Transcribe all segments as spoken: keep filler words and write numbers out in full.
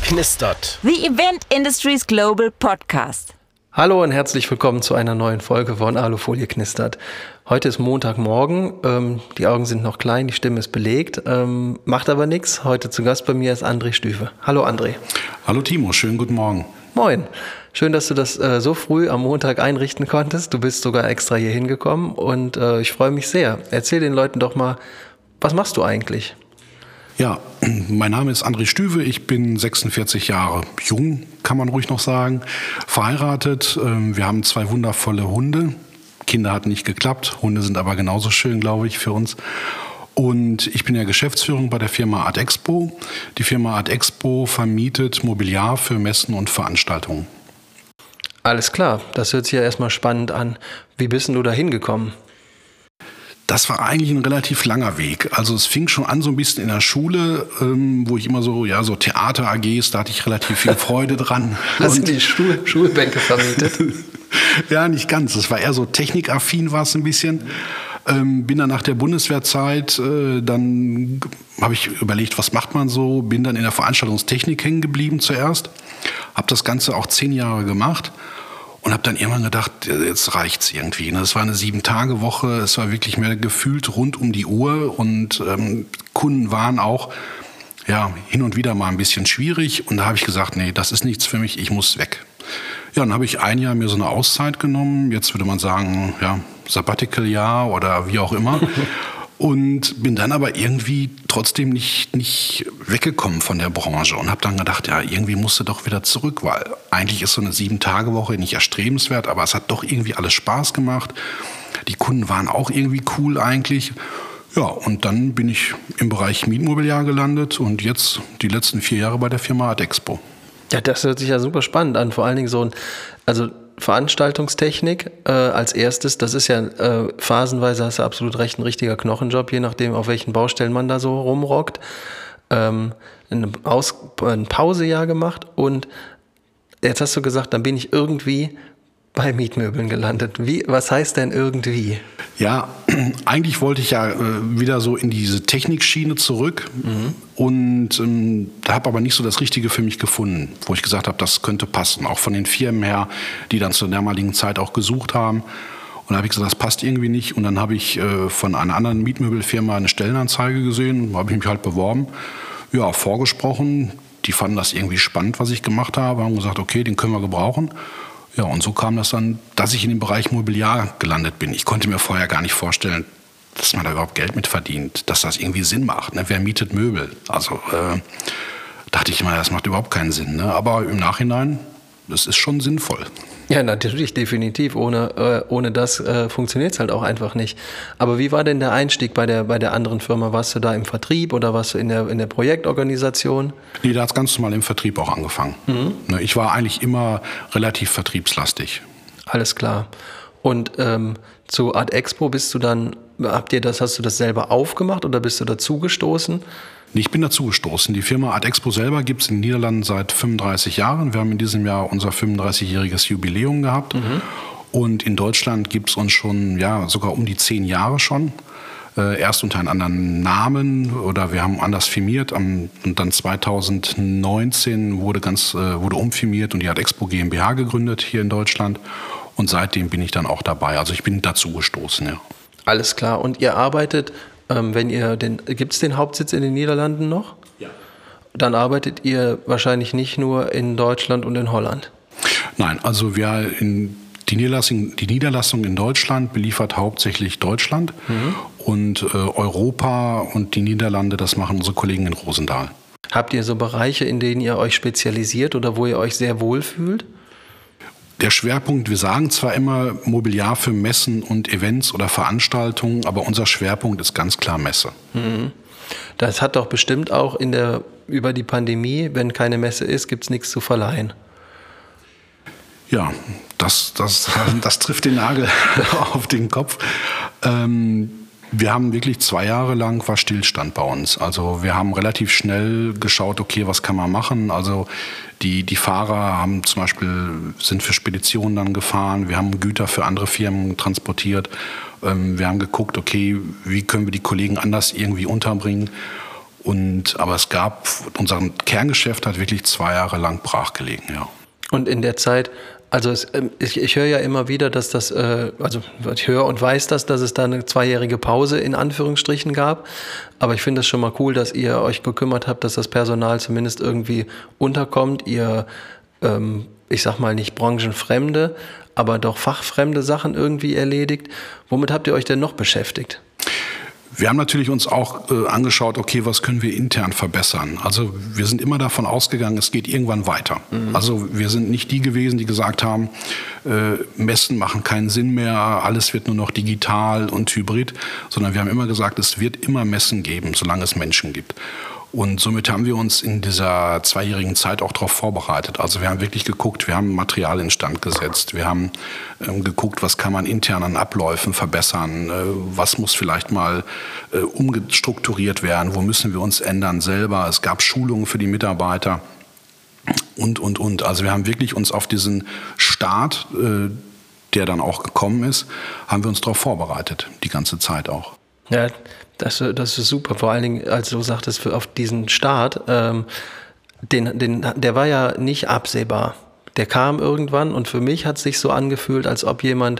knistert. The Event Industries Global Podcast. Hallo und herzlich willkommen zu einer neuen Folge von Alufolie knistert. Heute ist Montagmorgen, ähm, die Augen sind noch klein, die Stimme ist belegt, ähm, macht aber nichts. Heute zu Gast bei mir ist André Stüwe. Hallo André. Hallo Timo, schönen guten Morgen. Moin. Schön, dass du das äh, so früh am Montag einrichten konntest. Du bist sogar extra hier hingekommen und äh, ich freue mich sehr. Erzähl den Leuten doch mal, was machst du eigentlich? Ja, mein Name ist André Stüwe, ich bin sechsundvierzig Jahre jung, kann man ruhig noch sagen, verheiratet. Wir haben zwei wundervolle Hunde. Kinder hat nicht geklappt, Hunde sind aber genauso schön, glaube ich, für uns. Und ich bin ja Geschäftsführer bei der Firma Art Expo. Die Firma Art Expo vermietet Mobiliar für Messen und Veranstaltungen. Alles klar, das hört sich ja erstmal spannend an. Wie bist denn du da hingekommen? Das war eigentlich ein relativ langer Weg. Also es fing schon an so ein bisschen in der Schule, ähm, wo ich immer so, ja, so Theater-A Gs, da hatte ich relativ viel Freude dran. Hast du die Stuhl- Schulbänke vermietet? Ja, nicht ganz. Es war eher so technikaffin war es ein bisschen. Ähm, bin dann nach der Bundeswehrzeit, äh, dann habe ich überlegt, was macht man so? Bin dann in der Veranstaltungstechnik hängen geblieben zuerst. Habe das Ganze auch zehn Jahre gemacht. Und habe dann irgendwann gedacht, jetzt reicht's irgendwie. Es war eine Sieben-Tage-Woche, es war wirklich mehr gefühlt rund um die Uhr und ähm, Kunden waren auch ja, hin und wieder mal ein bisschen schwierig. Und da habe ich gesagt, nee, das ist nichts für mich, ich muss weg. Ja, dann habe ich ein Jahr mir so eine Auszeit genommen. Jetzt würde man sagen, ja, Sabbatical-Jahr oder wie auch immer. Und bin dann aber irgendwie trotzdem nicht, nicht weggekommen von der Branche und habe dann gedacht, ja, irgendwie musst du doch wieder zurück, weil eigentlich ist so eine Sieben-Tage-Woche nicht erstrebenswert, aber es hat doch irgendwie alles Spaß gemacht. Die Kunden waren auch irgendwie cool eigentlich. Ja, und dann bin ich im Bereich Mietmobiliar gelandet und jetzt die letzten vier Jahre bei der Firma Art Expo. Ja, das hört sich ja super spannend an, vor allen Dingen so ein, also Veranstaltungstechnik äh, als erstes, das ist ja äh, phasenweise, hast du absolut recht, ein richtiger Knochenjob, je nachdem, auf welchen Baustellen man da so rumrockt. Ähm, eine Aus- ein Pausejahr gemacht und jetzt hast du gesagt, dann bin ich irgendwie bei Mietmöbeln gelandet. Wie, was heißt denn irgendwie? Ja, eigentlich wollte ich ja äh, wieder so in diese Technikschiene zurück mhm. und ähm, habe aber nicht so das Richtige für mich gefunden, wo ich gesagt habe, das könnte passen, auch von den Firmen her, die dann zur damaligen Zeit auch gesucht haben. Und da habe ich gesagt, das passt irgendwie nicht. Und dann habe ich äh, von einer anderen Mietmöbelfirma eine Stellenanzeige gesehen, habe ich mich halt beworben, ja, vorgesprochen. Die fanden das irgendwie spannend, was ich gemacht habe, haben gesagt, okay, den können wir gebrauchen. Ja, und so kam das dann, dass ich in dem Bereich Mobiliar gelandet bin. Ich konnte mir vorher gar nicht vorstellen, dass man da überhaupt Geld mit verdient, dass das irgendwie Sinn macht. Ne? Wer mietet Möbel? Also äh, dachte ich immer, das macht überhaupt keinen Sinn. Ne? Aber im Nachhinein, das ist schon sinnvoll. Ja, natürlich, definitiv. Ohne, äh, ohne das äh, funktioniert es halt auch einfach nicht. Aber wie war denn der Einstieg bei der, bei der anderen Firma? Warst du da im Vertrieb oder warst du in der, in der Projektorganisation? Nee, da hat es ganz normal im Vertrieb auch angefangen. Mhm. Ich war eigentlich immer relativ vertriebslastig. Alles klar. Und ähm, zu Art Expo bist du dann, habt ihr das, hast du das selber aufgemacht oder bist du dazugestoßen? Ich bin dazugestoßen. Die Firma Art Expo selber gibt es in den Niederlanden seit fünfunddreißig Jahren. Wir haben in diesem Jahr unser fünfunddreißigjähriges Jubiläum gehabt. Mhm. Und in Deutschland gibt es uns schon ja, sogar um die zehn Jahre schon. Äh, erst unter einem anderen Namen oder wir haben anders firmiert. Am, und dann zweitausendneunzehn wurde, ganz, äh, wurde umfirmiert und die Art Expo GmbH gegründet hier in Deutschland. Und seitdem bin ich dann auch dabei. Also ich bin dazugestoßen, ja. Alles klar. Und ihr arbeitet... Ähm, wenn ihr den, gibt es den Hauptsitz in den Niederlanden noch? Ja. Dann arbeitet ihr wahrscheinlich nicht nur in Deutschland und in Holland. Nein, also wir in die Niederlassung, die Niederlassung in Deutschland beliefert hauptsächlich Deutschland mhm. und äh, Europa und die Niederlande, das machen unsere Kollegen in Rosendahl. Habt ihr so Bereiche, in denen ihr euch spezialisiert oder wo ihr euch sehr wohl fühlt? Der Schwerpunkt, wir sagen zwar immer Mobiliar für Messen und Events oder Veranstaltungen, aber unser Schwerpunkt ist ganz klar Messe. Das hat doch bestimmt auch in der, über die Pandemie, wenn keine Messe ist, gibt es nichts zu verleihen. Ja, das, das, das trifft den Nagel auf den Kopf. Ähm, wir haben wirklich zwei Jahre lang war Stillstand bei uns. Also wir haben relativ schnell geschaut, okay, was kann man machen? Also die, die Fahrer haben zum Beispiel, sind für Speditionen dann gefahren. Wir haben Güter für andere Firmen transportiert. Ähm, wir haben geguckt, okay, wie können wir die Kollegen anders irgendwie unterbringen? Und, aber es gab, unser Kerngeschäft hat wirklich zwei Jahre lang brachgelegen, ja. Und in der Zeit, also es, ich, ich höre ja immer wieder, dass das, äh, also ich höre und weiß das, dass es da eine zweijährige Pause in Anführungsstrichen gab. Aber ich finde es schon mal cool, dass ihr euch gekümmert habt, dass das Personal zumindest irgendwie unterkommt. Ihr, ähm, ich sag mal nicht branchenfremde, aber doch fachfremde Sachen irgendwie erledigt. Womit habt ihr euch denn noch beschäftigt? Wir haben natürlich uns auch äh, angeschaut, okay, was können wir intern verbessern? Also wir sind immer davon ausgegangen, es geht irgendwann weiter. Mhm. Also wir sind nicht die gewesen, die gesagt haben, äh, Messen machen keinen Sinn mehr, alles wird nur noch digital und hybrid, sondern wir haben immer gesagt, es wird immer Messen geben, solange es Menschen gibt. Und somit haben wir uns in dieser zweijährigen Zeit auch darauf vorbereitet. Also wir haben wirklich geguckt, wir haben Material instand gesetzt, wir haben ähm, geguckt, was kann man intern an Abläufen verbessern, äh, was muss vielleicht mal äh, umgestrukturiert werden, wo müssen wir uns ändern selber. Es gab Schulungen für die Mitarbeiter und, und, und. Also wir haben wirklich uns auf diesen Start, äh, der dann auch gekommen ist, haben wir uns darauf vorbereitet, die ganze Zeit auch. Ja, das, das ist super. Vor allen Dingen, als du sagtest, für, auf diesen Start, ähm, den, den, der war ja nicht absehbar. Der kam irgendwann und für mich hat es sich so angefühlt, als ob jemand,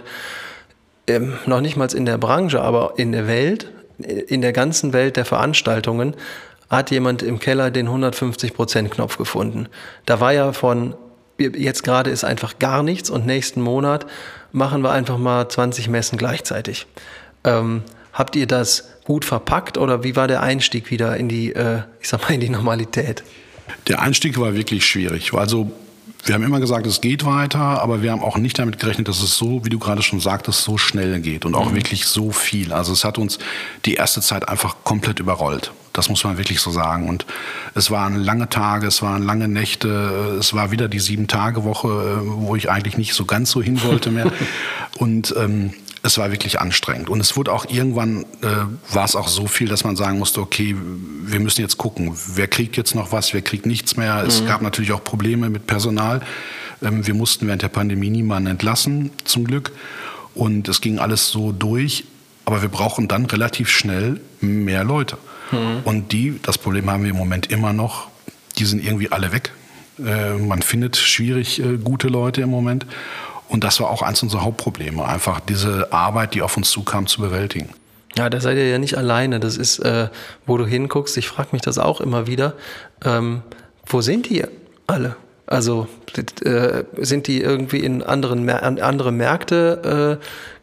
ähm, noch nicht mal in der Branche, aber in der Welt, in der ganzen Welt der Veranstaltungen, hat jemand im Keller den hundertfünfzig Prozent Knopf gefunden. Da war ja von, jetzt gerade ist einfach gar nichts und nächsten Monat machen wir einfach mal zwanzig Messen gleichzeitig. Ähm, Habt ihr das gut verpackt oder wie war der Einstieg wieder in die, äh, ich sag mal, in die Normalität? Der Einstieg war wirklich schwierig. Also wir haben immer gesagt, es geht weiter, aber wir haben auch nicht damit gerechnet, dass es so, wie du gerade schon sagtest, so schnell geht und auch mhm. wirklich so viel. Also es hat uns die erste Zeit einfach komplett überrollt. Das muss man wirklich so sagen. Und es waren lange Tage, es waren lange Nächte, es war wieder die Sieben-Tage-Woche, wo ich eigentlich nicht so ganz so hin wollte mehr. Und ähm, es war wirklich anstrengend. Und es wurde auch irgendwann, äh, war es auch so viel, dass man sagen musste, okay, wir müssen jetzt gucken, wer kriegt jetzt noch was, wer kriegt nichts mehr. Mhm. Es gab natürlich auch Probleme mit Personal. Ähm, wir mussten während der Pandemie niemanden entlassen, zum Glück. Und es ging alles so durch. Aber wir brauchen dann relativ schnell mehr Leute. Mhm. Und die, das Problem haben wir im Moment immer noch, die sind irgendwie alle weg. Äh, man findet schwierig äh, gute Leute im Moment. Und das war auch eins unserer Hauptprobleme, einfach diese Arbeit, die auf uns zukam, zu bewältigen. Ja, da seid ihr ja nicht alleine. Das ist, äh, wo du hinguckst, ich frage mich das auch immer wieder, ähm, wo sind die alle? Also äh, sind die irgendwie in anderen Mer- andere Märkte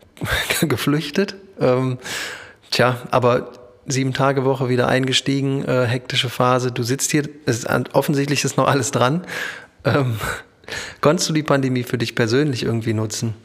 äh, geflüchtet? Ähm, tja, aber sieben Tage Woche wieder eingestiegen, äh, hektische Phase. Du sitzt hier, es ist, offensichtlich ist noch alles dran. Ähm, Konntest du die Pandemie für dich persönlich irgendwie nutzen?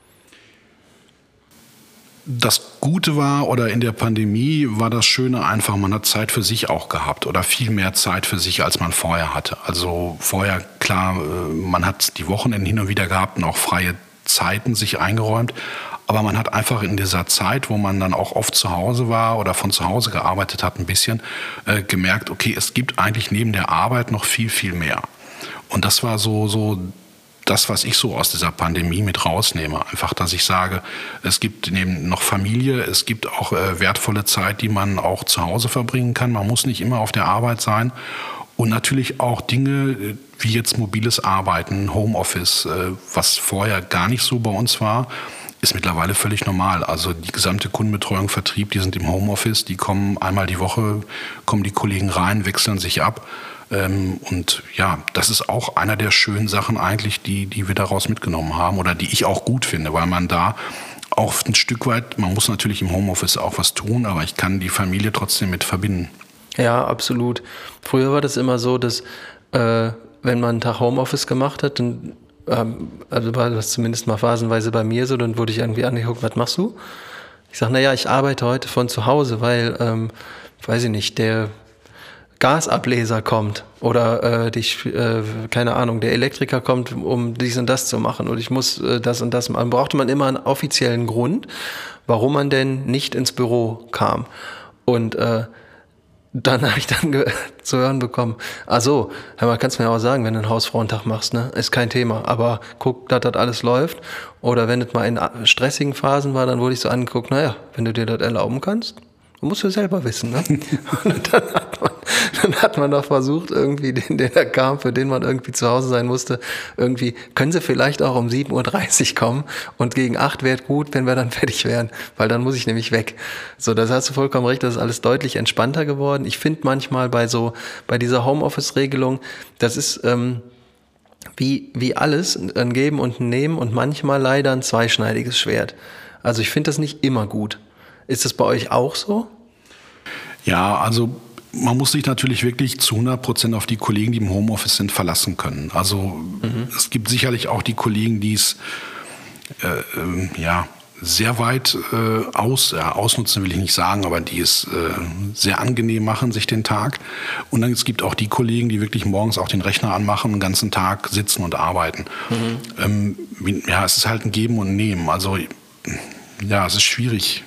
Das Gute war, oder in der Pandemie war das Schöne einfach, man hat Zeit für sich auch gehabt oder viel mehr Zeit für sich, als man vorher hatte. Also vorher, klar, man hat die Wochenenden hin und wieder gehabt und auch freie Zeiten sich eingeräumt. Aber man hat einfach in dieser Zeit, wo man dann auch oft zu Hause war oder von zu Hause gearbeitet hat, ein bisschen äh, gemerkt, okay, es gibt eigentlich neben der Arbeit noch viel, viel mehr. Und das war so, so das, was ich so aus dieser Pandemie mit rausnehme. Einfach, dass ich sage, es gibt neben noch Familie, es gibt auch äh, wertvolle Zeit, die man auch zu Hause verbringen kann. Man muss nicht immer auf der Arbeit sein. Und natürlich auch Dinge wie jetzt mobiles Arbeiten, Homeoffice, äh, was vorher gar nicht so bei uns war, ist mittlerweile völlig normal. Also die gesamte Kundenbetreuung, Vertrieb, die sind im Homeoffice, die kommen einmal die Woche, kommen die Kollegen rein, wechseln sich ab. Und ja, das ist auch einer der schönen Sachen eigentlich, die, die wir daraus mitgenommen haben oder die ich auch gut finde, weil man da auch ein Stück weit, man muss natürlich im Homeoffice auch was tun, aber ich kann die Familie trotzdem mit verbinden. Ja, absolut. Früher war das immer so, dass äh, wenn man einen Tag Homeoffice gemacht hat, dann, ähm, also war das zumindest mal phasenweise bei mir so, dann wurde ich irgendwie angeguckt, was machst du? Ich sage, naja, ich arbeite heute von zu Hause, weil, ähm, weiß ich nicht, der Gasableser kommt oder äh, die, äh, keine Ahnung, der Elektriker kommt, um dies und das zu machen und ich muss äh, das und das machen. Brauchte man immer einen offiziellen Grund, warum man denn nicht ins Büro kam. Und äh, dann habe ich dann ge- zu hören bekommen, ach so, hör mal, kannst du mir auch sagen, wenn du einen Hausfrauentag machst, ne, ist kein Thema, aber guck, dass das alles läuft. Oder wenn es mal in stressigen Phasen war, dann wurde ich so angeguckt, naja, wenn du dir das erlauben kannst, Du musst ja selber wissen, ne? Und dann hat man, dann hat man doch versucht, irgendwie den, der da kam, für den man irgendwie zu Hause sein musste, irgendwie, können Sie vielleicht auch um sieben Uhr dreißig kommen und gegen acht wäre gut, wenn wir dann fertig wären, weil dann muss ich nämlich weg. So, das hast du vollkommen recht, das ist alles deutlich entspannter geworden. Ich finde manchmal bei so, bei dieser Homeoffice-Regelung, das ist, ähm, wie, wie alles, ein Geben und ein Nehmen und manchmal leider ein zweischneidiges Schwert. Also ich finde das nicht immer gut. Ist das bei euch auch so? Ja, also man muss sich natürlich wirklich zu hundert Prozent auf die Kollegen, die im Homeoffice sind, verlassen können. Also mhm. es gibt sicherlich auch die Kollegen, die es äh, äh, ja, sehr weit äh, aus, ja, ausnutzen will ich nicht sagen, aber die es äh, sehr angenehm machen, sich den Tag. Und dann es gibt auch die Kollegen, die wirklich morgens auch den Rechner anmachen, den ganzen Tag sitzen und arbeiten. Mhm. Ähm, ja, es ist halt ein Geben und Nehmen. Also ja, es ist schwierig.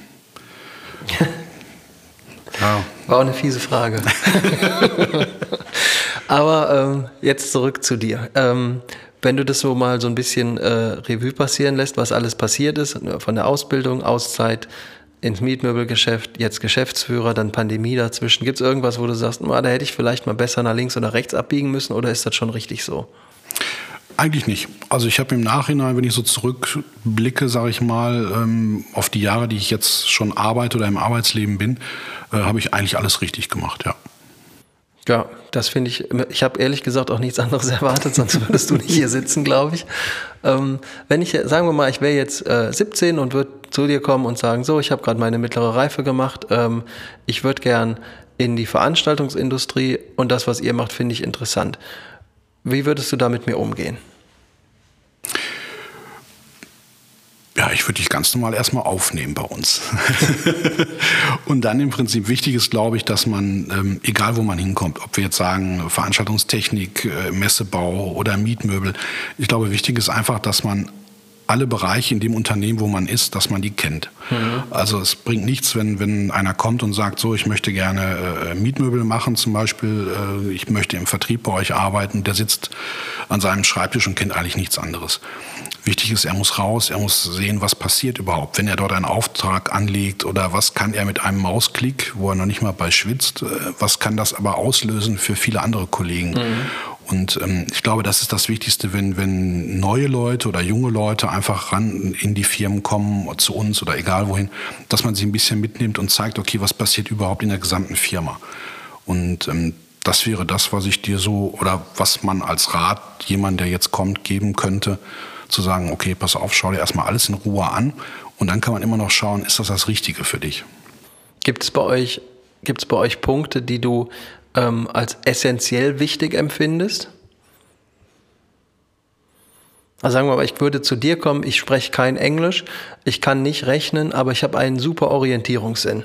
Ja. War auch eine fiese Frage. Aber ähm, jetzt zurück zu dir. Ähm, wenn du das so mal so ein bisschen äh, Revue passieren lässt, was alles passiert ist, von der Ausbildung, Auszeit, ins Mietmöbelgeschäft, jetzt Geschäftsführer, dann Pandemie dazwischen. Gibt es irgendwas, wo du sagst, da hätte ich vielleicht mal besser nach links oder rechts abbiegen müssen, oder ist das schon richtig so? Eigentlich nicht. Also ich habe im Nachhinein, wenn ich so zurückblicke, sage ich mal, ähm, auf die Jahre, die ich jetzt schon arbeite oder im Arbeitsleben bin, äh, habe ich eigentlich alles richtig gemacht, ja. Ja, das finde ich, ich habe ehrlich gesagt auch nichts anderes erwartet, sonst würdest du nicht hier sitzen, glaube ich. Ähm, wenn ich, sagen wir mal, ich wäre jetzt äh, siebzehn und würde zu dir kommen und sagen, so, ich habe gerade meine mittlere Reife gemacht, ähm, ich würde gern in die Veranstaltungsindustrie und das, was ihr macht, finde ich interessant. Wie würdest du da mit mir umgehen? Ja, ich würde dich ganz normal erstmal aufnehmen bei uns. Und dann im Prinzip wichtig ist, glaube ich, dass man, ähm, egal wo man hinkommt, ob wir jetzt sagen Veranstaltungstechnik, äh, Messebau oder Mietmöbel, ich glaube, wichtig ist einfach, dass man alle Bereiche in dem Unternehmen, wo man ist, dass man die kennt. Mhm. Also es bringt nichts, wenn, wenn einer kommt und sagt, so, ich möchte gerne äh, Mietmöbel machen zum Beispiel, äh, ich möchte im Vertrieb bei euch arbeiten, der sitzt an seinem Schreibtisch und kennt eigentlich nichts anderes. Wichtig ist, er muss raus, er muss sehen, was passiert überhaupt, wenn er dort einen Auftrag anlegt oder was kann er mit einem Mausklick, wo er noch nicht mal bei schwitzt, äh, was kann das aber auslösen für viele andere Kollegen. Mhm. Und ähm, ich glaube, das ist das Wichtigste, wenn, wenn neue Leute oder junge Leute einfach ran in die Firmen kommen, zu uns oder egal wohin, dass man sie ein bisschen mitnimmt und zeigt, okay, was passiert überhaupt in der gesamten Firma. Und ähm, das wäre das, was ich dir so, oder was man als Rat jemand, der jetzt kommt, geben könnte, zu sagen, okay, pass auf, schau dir erstmal alles in Ruhe an und dann kann man immer noch schauen, ist das das Richtige für dich? Gibt es bei euch, gibt es bei euch Punkte, die du ähm, als essentiell wichtig empfindest? Also sagen wir mal, ich würde zu dir kommen, ich spreche kein Englisch, ich kann nicht rechnen, aber ich habe einen super Orientierungssinn.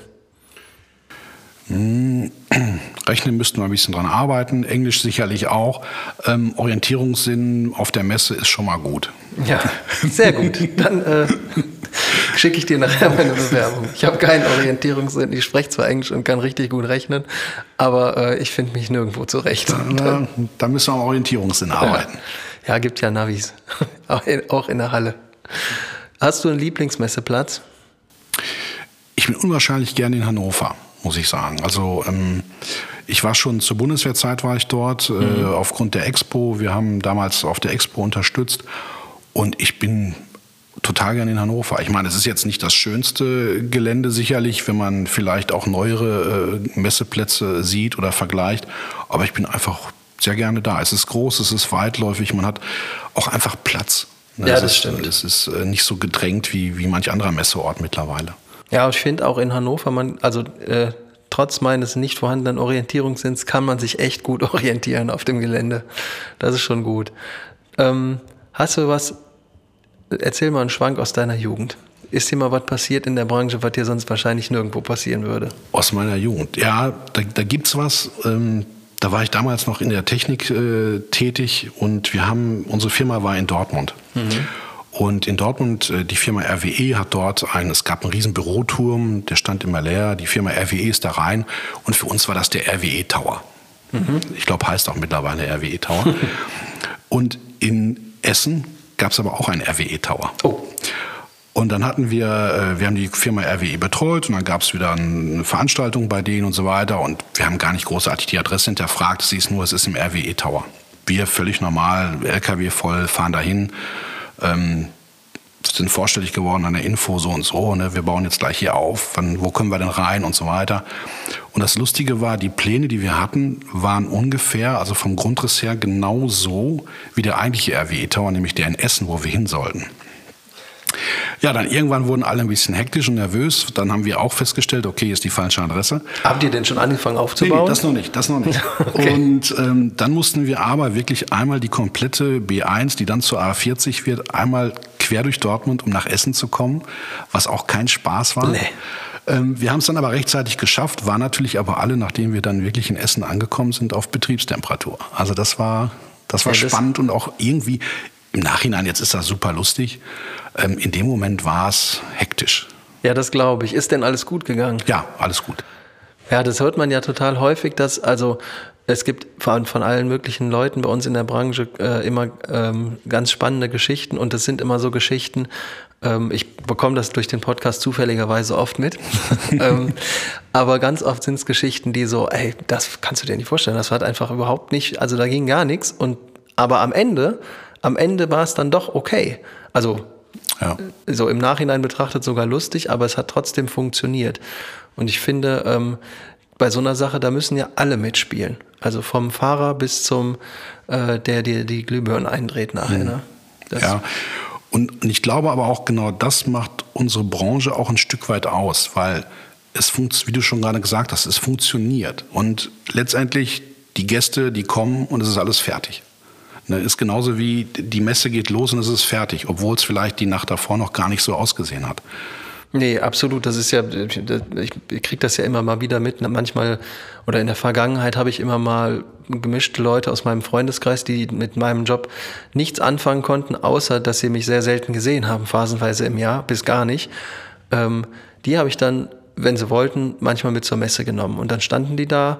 Hm, Rechnen müssten wir ein bisschen dran arbeiten, Englisch sicherlich auch. Ähm, Orientierungssinn auf der Messe ist schon mal gut. Ja, sehr gut. Dann äh, schicke ich dir nachher meine Bewerbung. Ich habe keinen Orientierungssinn, ich spreche zwar Englisch und kann richtig gut rechnen, aber äh, ich finde mich nirgendwo zurecht. Da, da müssen wir am Orientierungssinn arbeiten. Ja, gibt ja Navis, auch in der Halle. Hast du einen Lieblingsmesseplatz? Ich bin unwahrscheinlich gerne in Hannover, muss ich sagen. Also ähm, ich war schon zur Bundeswehrzeit war ich dort, mhm. äh, aufgrund der Expo. Wir haben damals auf der Expo unterstützt und ich bin total gerne in Hannover. Ich meine, es ist jetzt nicht das schönste Gelände sicherlich, wenn man vielleicht auch neuere äh, Messeplätze sieht oder vergleicht, aber ich bin einfach sehr gerne da. Es ist groß, es ist weitläufig, man hat auch einfach Platz. Ja, das ist, stimmt. Es ist äh, nicht so gedrängt wie, wie manch anderer Messeort mittlerweile. Ja, ich finde auch in Hannover, man, also äh, trotz meines nicht vorhandenen Orientierungssinns kann man sich echt gut orientieren auf dem Gelände. Das ist schon gut. Ähm, hast du was, erzähl mal einen Schwank aus deiner Jugend. Ist dir mal was passiert in der Branche, was dir sonst wahrscheinlich nirgendwo passieren würde? Aus meiner Jugend? Ja, da, da gibt's was. Ähm, da war ich damals noch in der Technik äh, tätig und wir haben, unsere Firma war in Dortmund. Mhm. Und in Dortmund, die Firma R W E hat dort einen, es gab einen riesen Büroturm, der stand immer leer, die Firma R W E ist da rein und für uns war das der R W E Tower. Mhm. Ich glaube, heißt auch mittlerweile R W E Tower. Und in Essen gab es aber auch einen R W E Tower. Oh. Und dann hatten wir, äh, wir haben die Firma R W E betreut und dann gab es wieder eine Veranstaltung bei denen und so weiter. Und wir haben gar nicht großartig die Adresse hinterfragt. Es hieß nur, es ist im R W E Tower. Wir völlig normal, L K W voll, fahren dahin. Ähm, sind vorstellig geworden an der Info so und so, ne, wir bauen jetzt gleich hier auf, wann, wo können wir denn rein und so weiter. Und das Lustige war, die Pläne, die wir hatten, waren ungefähr, also vom Grundriss her genau so wie der eigentliche R W E-Tower, nämlich der in Essen, wo wir hin sollten. Ja, dann irgendwann wurden alle ein bisschen hektisch und nervös. Dann haben wir auch festgestellt, okay, ist die falsche Adresse. Habt ihr denn schon angefangen aufzubauen? Nee, das noch nicht, das noch nicht. Okay. Und ähm, dann mussten wir aber wirklich einmal die komplette B eins, die dann zur A vierzig wird, einmal quer durch Dortmund, um nach Essen zu kommen, was auch kein Spaß war. Nee. Ähm, wir haben es dann aber rechtzeitig geschafft, waren natürlich aber alle, nachdem wir dann wirklich in Essen angekommen sind, auf Betriebstemperatur. Also das war, das war ja, spannend das und auch irgendwie im Nachhinein, jetzt ist das super lustig, ähm, in dem Moment war es hektisch. Ja, das glaube ich. Ist denn alles gut gegangen? Ja, alles gut. Ja, das hört man ja total häufig, dass also es gibt von, von allen möglichen Leuten bei uns in der Branche äh, immer ähm, ganz spannende Geschichten und das sind immer so Geschichten, ähm, ich bekomme das durch den Podcast zufälligerweise oft mit, ähm, aber ganz oft sind es Geschichten, die so, ey, das kannst du dir nicht vorstellen, das hat einfach überhaupt nicht, also da ging gar nichts und aber am Ende, am Ende war es dann doch okay, also ja. So im Nachhinein betrachtet sogar lustig, aber es hat trotzdem funktioniert und ich finde, ähm, bei so einer Sache, da müssen ja alle mitspielen. Also vom Fahrer bis zum, äh, der dir die Glühbirnen eindreht nachher. Mhm. Ne? Das ja, und ich glaube aber auch genau das macht unsere Branche auch ein Stück weit aus, weil es funktioniert, wie du schon gerade gesagt hast, es funktioniert. Und letztendlich die Gäste, die kommen und es ist alles fertig. Ne, ist genauso wie die Messe geht los und es ist fertig, obwohl es vielleicht die Nacht davor noch gar nicht so ausgesehen hat. Nee, absolut. Das ist ja, ich kriege das ja immer mal wieder mit. Manchmal oder in der Vergangenheit habe ich immer mal gemischte Leute aus meinem Freundeskreis, die mit meinem Job nichts anfangen konnten, außer dass sie mich sehr selten gesehen haben, phasenweise im Jahr, bis gar nicht. Ähm, die habe ich dann, wenn sie wollten, manchmal mit zur Messe genommen. Und dann standen die da,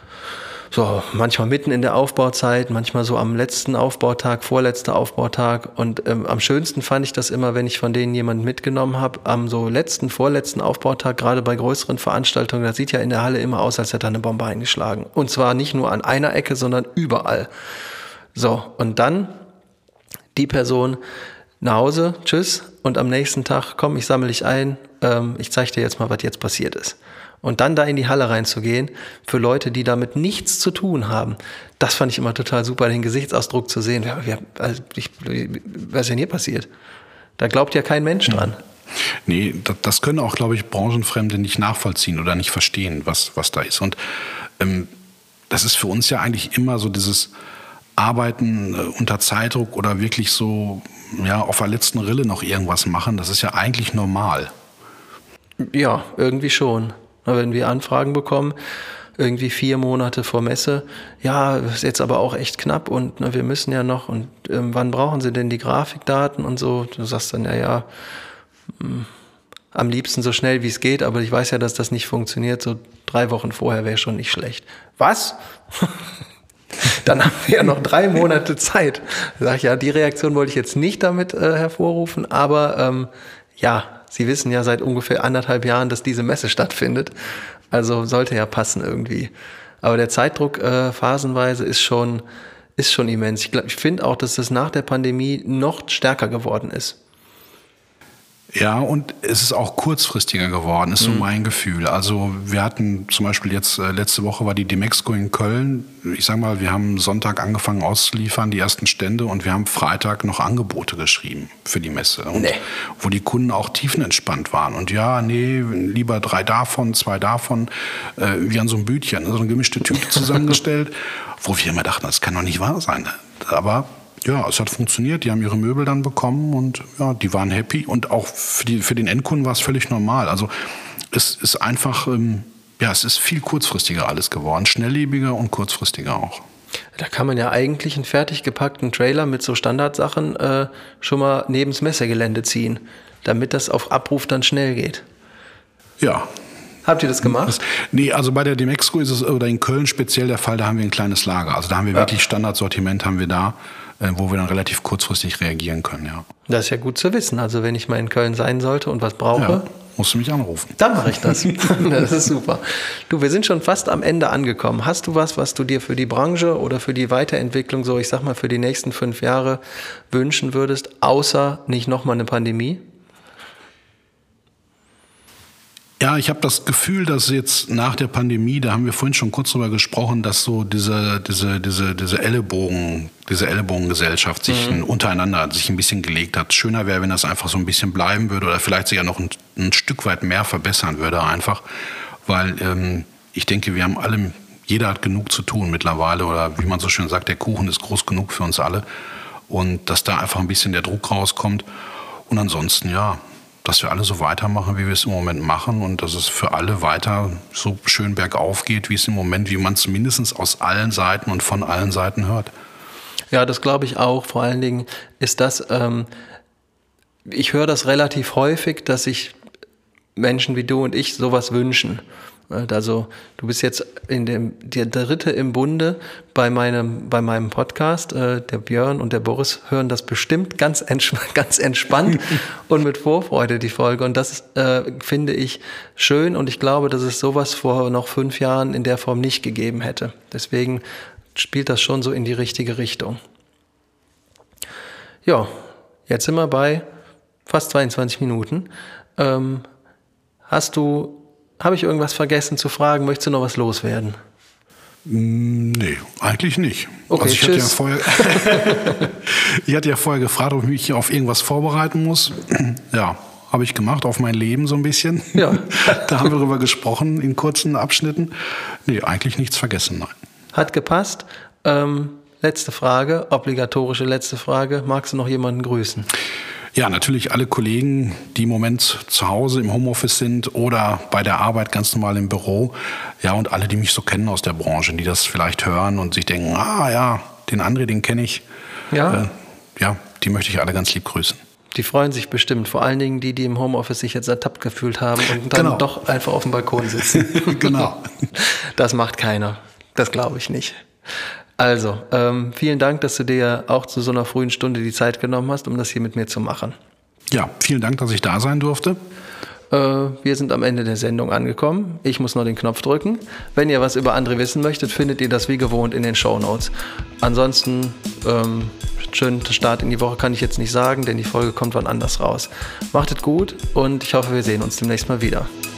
so manchmal mitten in der Aufbauzeit, manchmal so am letzten Aufbautag, vorletzter Aufbautag. Und ähm, am schönsten fand ich das immer, wenn ich von denen jemanden mitgenommen habe, am so letzten, vorletzten Aufbautag, gerade bei größeren Veranstaltungen, das sieht ja in der Halle immer aus, als hätte er eine Bombe eingeschlagen. Und zwar nicht nur an einer Ecke, sondern überall. So, und dann die Person nach Hause, tschüss, und am nächsten Tag, komm, ich sammle dich ein, ähm, ich zeige dir jetzt mal, was jetzt passiert ist. Und dann da in die Halle reinzugehen, für Leute, die damit nichts zu tun haben, das fand ich immer total super, den Gesichtsausdruck zu sehen. Ja, also ich, was ist denn hier passiert? Da glaubt ja kein Mensch dran. Nee, das können auch, glaube ich, Branchenfremde nicht nachvollziehen oder nicht verstehen, was, was da ist. Und ähm, das ist für uns ja eigentlich immer so dieses Arbeiten äh, unter Zeitdruck oder wirklich so ja, auf der letzten Rille noch irgendwas machen. Das ist ja eigentlich normal. Ja, irgendwie schon. Wenn wir Anfragen bekommen, irgendwie vier Monate vor Messe, ja, ist jetzt aber auch echt knapp und ne, wir müssen ja noch und ähm, wann brauchen Sie denn die Grafikdaten und so? Du sagst dann, ja, ja, mh, am liebsten so schnell wie es geht, aber ich weiß ja, dass das nicht funktioniert, so drei Wochen vorher wäre schon nicht schlecht. Was? Dann haben wir ja noch drei Monate Zeit. Sag ich, ja, die Reaktion wollte ich jetzt nicht damit äh, hervorrufen, aber ähm, ja, Sie wissen ja seit ungefähr anderthalb Jahren, dass diese Messe stattfindet. Also sollte ja passen irgendwie. Aber der Zeitdruck äh, phasenweise ist schon, ist schon immens. Ich, ich finde auch, dass das nach der Pandemie noch stärker geworden ist. Ja, und es ist auch kurzfristiger geworden, ist so mhm. mein Gefühl. Also wir hatten zum Beispiel jetzt, äh, letzte Woche war die Demexco in Köln. Ich sag mal, wir haben Sonntag angefangen auszuliefern, die ersten Stände, und wir haben Freitag noch Angebote geschrieben für die Messe. Und nee. Wo die Kunden auch tiefenentspannt waren. Und ja, nee, lieber drei davon, zwei davon, äh, wie an so einem Bütchen, so eine gemischte Tüte zusammengestellt, wo wir immer dachten, das kann doch nicht wahr sein. Aber ja, es hat funktioniert. Die haben ihre Möbel dann bekommen und ja, die waren happy. Und auch für, die, für den Endkunden war es völlig normal. Also es ist einfach, ähm, ja, es ist viel kurzfristiger alles geworden. Schnelllebiger und kurzfristiger auch. Da kann man ja eigentlich einen fertig gepackten Trailer mit so Standardsachen äh, schon mal nebens Messegelände ziehen, damit das auf Abruf dann schnell geht. Ja, Habt ihr das gemacht? Das, nee, also bei der Demexco ist es, oder in Köln speziell der Fall, da haben wir ein kleines Lager. Also da haben wir ja. wirklich Standardsortiment haben wir da, äh, wo wir dann relativ kurzfristig reagieren können, ja. Das ist ja gut zu wissen. Also wenn ich mal in Köln sein sollte und was brauche, ja, musst du mich anrufen. Dann mache ich das. Das ist super. Du, wir sind schon fast am Ende angekommen. Hast du was, was du dir für die Branche oder für die Weiterentwicklung, so ich sag mal für die nächsten fünf Jahre wünschen würdest, außer nicht nochmal eine Pandemie? Ja, ich habe das Gefühl, dass jetzt nach der Pandemie, da haben wir vorhin schon kurz drüber gesprochen, dass so diese diese diese diese Ellenbogen, diese Ellenbogengesellschaft sich mhm. untereinander sich ein bisschen gelegt hat. Schöner wäre, wenn das einfach so ein bisschen bleiben würde oder vielleicht sogar noch ein, ein Stück weit mehr verbessern würde einfach, weil ähm, ich denke, wir haben alle, jeder hat genug zu tun mittlerweile oder wie man so schön sagt, der Kuchen ist groß genug für uns alle und dass da einfach ein bisschen der Druck rauskommt und ansonsten ja. Dass wir alle so weitermachen, wie wir es im Moment machen und dass es für alle weiter so schön bergauf geht, wie es im Moment, wie man es mindestens aus allen Seiten und von allen Seiten hört. Ja, das glaube ich auch. Vor allen Dingen ist das, ähm, ich höre das relativ häufig, dass sich Menschen wie du und ich sowas wünschen. Also du bist jetzt in dem der Dritte im Bunde bei meinem bei meinem Podcast. Äh, der Björn und der Boris hören das bestimmt ganz entspannt, ganz entspannt und mit Vorfreude die Folge. Und das äh, finde ich schön. Und ich glaube, dass es sowas vor noch fünf Jahren in der Form nicht gegeben hätte. Deswegen spielt das schon so in die richtige Richtung. Ja, jetzt sind wir bei fast zweiundzwanzig Minuten. Ähm, hast du Habe ich irgendwas vergessen zu fragen? Möchtest du noch was loswerden? Nee, eigentlich nicht. Okay, also ich, tschüss. hatte ja vorher, ich hatte ja vorher gefragt, ob ich mich auf irgendwas vorbereiten muss. Ja, habe ich gemacht, auf mein Leben so ein bisschen. Ja. Da haben wir drüber gesprochen in kurzen Abschnitten. Nee, eigentlich nichts vergessen, nein. Hat gepasst. Ähm, letzte Frage, obligatorische letzte Frage. Magst du noch jemanden grüßen? Ja, natürlich alle Kollegen, die im Moment zu Hause im Homeoffice sind oder bei der Arbeit ganz normal im Büro. Ja, und alle, die mich so kennen aus der Branche, die das vielleicht hören und sich denken, ah ja, den André, den kenne ich. Ja. Äh, ja, die möchte ich alle ganz lieb grüßen. Die freuen sich bestimmt, vor allen Dingen die, die im Homeoffice sich jetzt ertappt gefühlt haben und dann genau. doch einfach auf dem Balkon sitzen. Genau. Das macht keiner. Das glaube ich nicht. Also, ähm, vielen Dank, dass du dir auch zu so einer frühen Stunde die Zeit genommen hast, um das hier mit mir zu machen. Ja, vielen Dank, dass ich da sein durfte. Äh, wir sind am Ende der Sendung angekommen. Ich muss noch den Knopf drücken. Wenn ihr was über André wissen möchtet, findet ihr das wie gewohnt in den Shownotes. Ansonsten, ähm, schönen Start in die Woche kann ich jetzt nicht sagen, denn die Folge kommt wann anders raus. Macht es gut und ich hoffe, wir sehen uns demnächst mal wieder.